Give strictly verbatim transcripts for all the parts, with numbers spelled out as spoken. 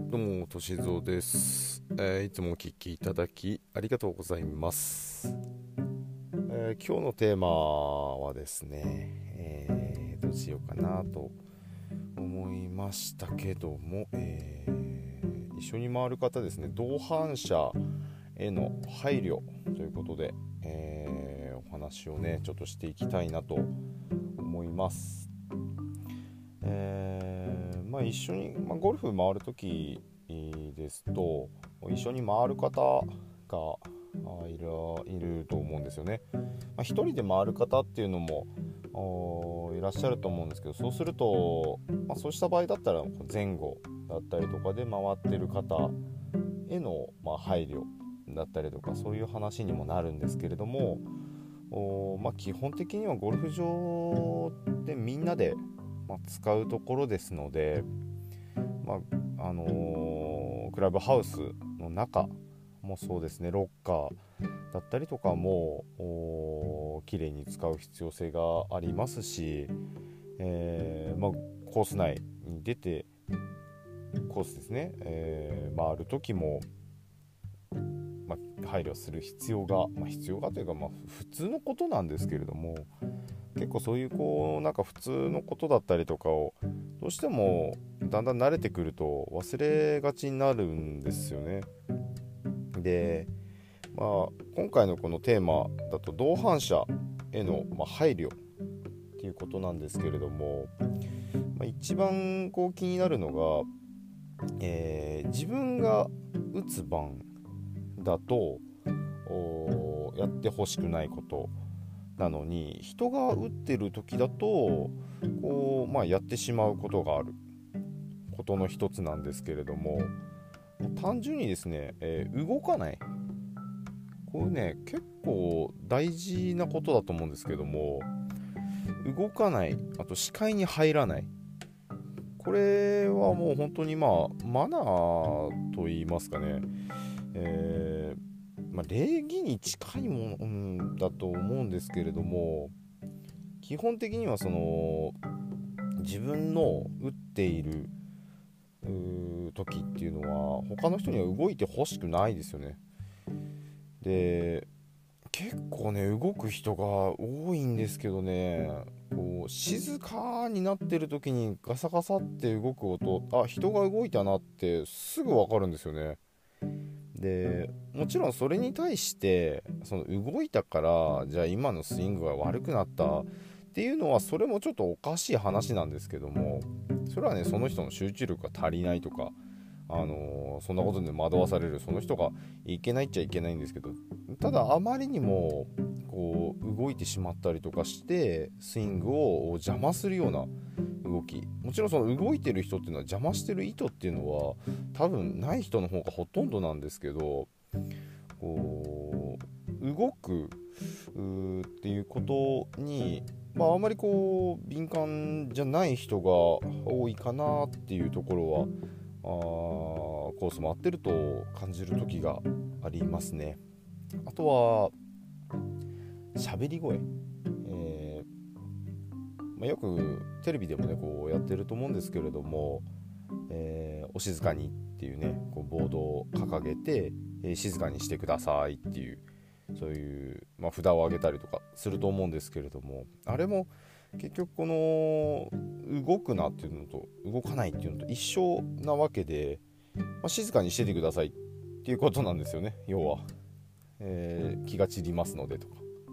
どうもとしぞうです、えー、いつもお聞きいただきありがとうございます、えー、今日のテーマはですね、えー、どうしようかなと思いましたけども、えー、一緒に回る方ですね、同伴者への配慮ということで、えー、お話をねちょっとしていきたいなと思います。えーまあ、一緒に、まあ、ゴルフ回るときですと一緒に回る方がいる、いると思うんですよね。まあ、一人で回る方っていうのもいらっしゃると思うんですけど、そうすると、まあ、そうした場合だったら前後だったりとかで回ってる方への、まあ、配慮だったりとかそういう話にもなるんですけれども、まあ、基本的にはゴルフ場ってみんなでまあ、使うところですので、まああのー、クラブハウスの中もそうですね、ロッカーだったりとかもきれいに使う必要性がありますし、えーまあ、コース内に出てコースですね、えー、回る時も、まあ、配慮する必要が、まあ、必要がというか、まあ、普通のことなんですけれども、結構そういうこうなんか普通のことだったりとかをどうしてもだんだん慣れてくると忘れがちになるんですよね。で、まあ、今回のこのテーマだと同伴者への、まあ、配慮っていうことなんですけれども、まあ、一番こう気になるのが、えー、自分が打つ番だとやってほしくないことなのに、人が打ってる時だとこう、まあ、やってしまうことがあることの一つなんですけれども、単純にですね、えー、動かない、これね結構大事なことだと思うんですけども、動かない、あと視界に入らない、これはもう本当にまあマナーと言いますかね、えーまあ、礼儀に近いもの、うん、だと思うんですけれども、基本的にはその自分の打っている時っていうのは他の人には動いてほしくないですよね。で、結構ね動く人が多いんですけどね、こう静かになってる時にガサガサって動く音、あ、人が動いたなってすぐ分かるんですよね。でもちろんそれに対してその動いたからじゃあ今のスイングが悪くなったっていうのはそれもちょっとおかしい話なんですけども、それはねその人の集中力が足りないとか、あのー、そんなことで惑わされるその人がいけないっちゃいけないんですけど、ただあまりにもこう動いてしまったりとかしてスイングを邪魔するような動き、もちろんその動いてる人っていうのは邪魔してる意図っていうのは多分ない人の方がほとんどなんですけど、こう動くっていうことに、まあ、あまりこう敏感じゃない人が多いかなっていうところはあコース回ってると感じる時がありますね。あとは喋り声、えーまあ、よくテレビでもねこうやってると思うんですけれども、えーお静かにっていうねこうボードを掲げて、えー静かにしてくださいっていう、そういう、まあ、札を上げたりとかすると思うんですけれども、あれも結局この動くなっていうのと動かないっていうのと一緒なわけで、まあ、静かにしててくださいっていうことなんですよね。要は、えー気が散りますのでとか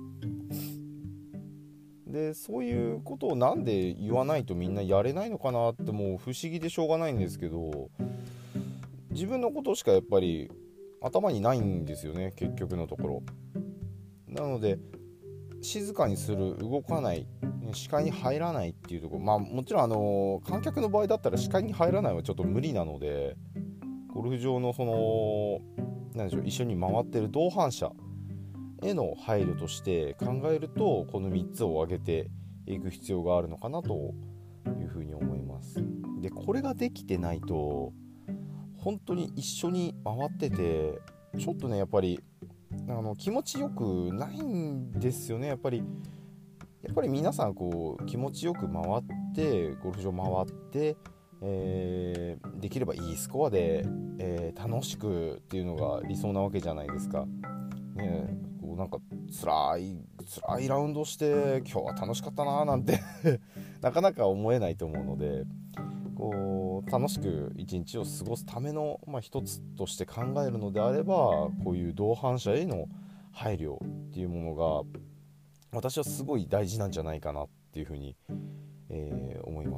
で、そういうことをなんで言わないとみんなやれないのかなってもう不思議でしょうがないんですけど、自分のことしかやっぱり頭にないんですよね、結局のところ。なので静かにする、動かない、視界に入らないっていうところ、まあもちろんあの観客の場合だったら視界に入らないはちょっと無理なので、ゴルフ場のその何でしょう、一緒に回ってる同伴者への配慮として考えると、このみっつを挙げていく必要があるのかなというふうに思います。で、これができてないと本当に一緒に回っててちょっとねやっぱりあの気持ちよくないんですよね。やっぱりやっぱり皆さんこう気持ちよく回ってゴルフ場回ってえー、できればいいスコアで、えー、楽しくっていうのが理想なわけじゃないですか、ね、こうなんか辛い辛いラウンドして今日は楽しかったななんてなかなか思えないと思うので、こう楽しく一日を過ごすための、まあ、一つとして考えるのであれば、こういう同伴者への配慮っていうものが私はすごい大事なんじゃないかなっていうふうに、えー思います。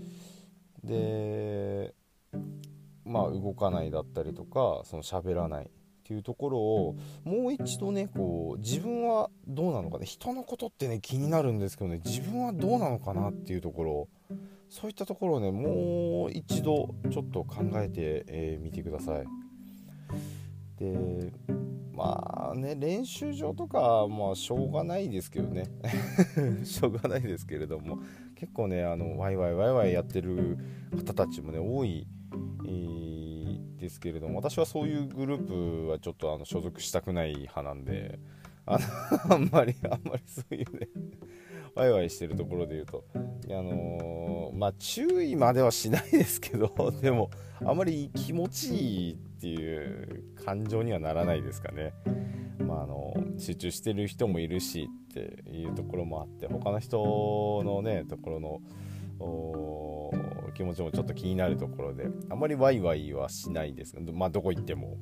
で、まあ動かないだったりとか、その喋らないっていうところをもう一度ね、こう自分はどうなのかね、人のことってね気になるんですけどね、自分はどうなのかなっていうところ、そういったところをねもう一度ちょっと考えてみ、えー、てください。で、まあね、練習場とかまあしょうがないですけどねしょうがないですけれども、結構ねあのワイワイワイワイやってる方たちもね多い、えーですけれども、私はそういうグループはちょっとあの所属したくない派なんで、あのあんまりあんまりそういうねワイワイしてるところで言うと、あのー、まあ注意まではしないですけどでもあまり気持ちいいっていう感情にはならないですかね。まあ、あの集中してる人もいるしっていうところもあって、他の人のねところの気持ちもちょっと気になるところで、あまりワイワイはしないですけど、まあどこ行っても、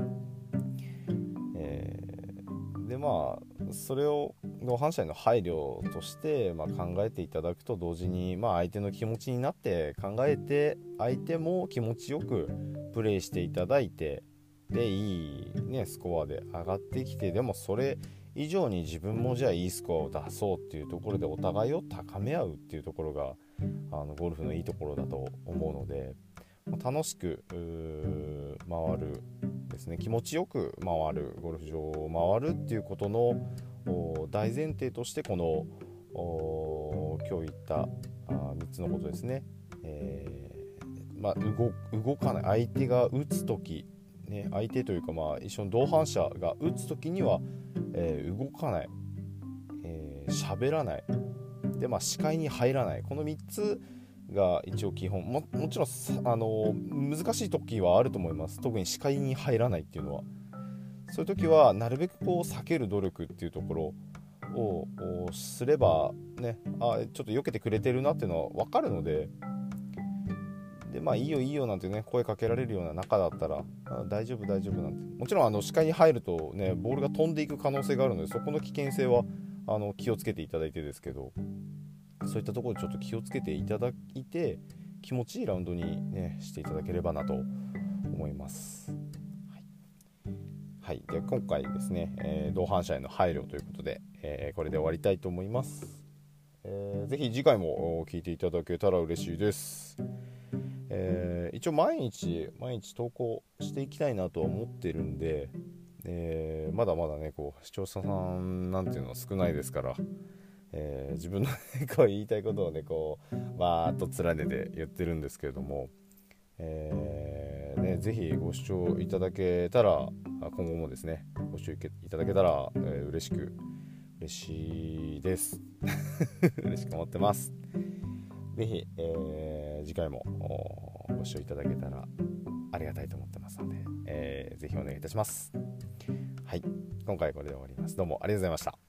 えー、でまあそれを同伴者への配慮として、まあ、考えていただくと同時に、まあ、相手の気持ちになって考えて、相手も気持ちよくプレーしていただいて、でいい、ね、スコアで上がってきて、でもそれ以上に自分もじゃあいいスコアを出そうっていうところでお互いを高め合うっていうところがあのゴルフのいいところだと思うので、楽しく回るですね、気持ちよく回る、ゴルフ場を回るっていうことの大前提として、この今日言ったみっつのことですね、えーまあ、動, 動かない、相手が打つとき、ね、相手というか、まあ、一緒の同伴者が打つときには、えー、動かない、えー、喋らないで、まあ、視界に入らない、このみっつが一応基本。 も, もちろんあの難しい時はあると思います。特に視界に入らないっていうのは、そういう時はなるべくこう避ける努力っていうところをすればね、あちょっと避けてくれてるなっていうのは分かるので、でまあいいよいいよなんてね声かけられるような中だったら、大丈夫大丈夫なんて、もちろんあの視界に入るとねボールが飛んでいく可能性があるので、そこの危険性はあの気をつけていただいてですけど、そういったところでちょっと気をつけていただいて、気持ちいいラウンドに、ね、していただければなと思います。はい、はい、で今回ですね、えー、同伴者への配慮ということで、えー、これで終わりたいと思います。えー、ぜひ次回も聞いていただけたら嬉しいです。えー、一応毎日毎日投稿していきたいなとは思ってるんで、えー、まだまだねこう視聴者さんなんていうのは少ないですから、えー、自分の、ね、こう言いたいことをねこうバーっと連ねて言ってるんですけれども、えーね、ぜひご視聴いただけたら、今後もですねご視聴いただけたら、えー、嬉しく嬉しいです嬉しく思ってます。ぜひ、えー、次回もご視聴いただけたらありがたいと思ってますので、えー、ぜひお願いいたします。はい、今回これで終わります。どうもありがとうございました。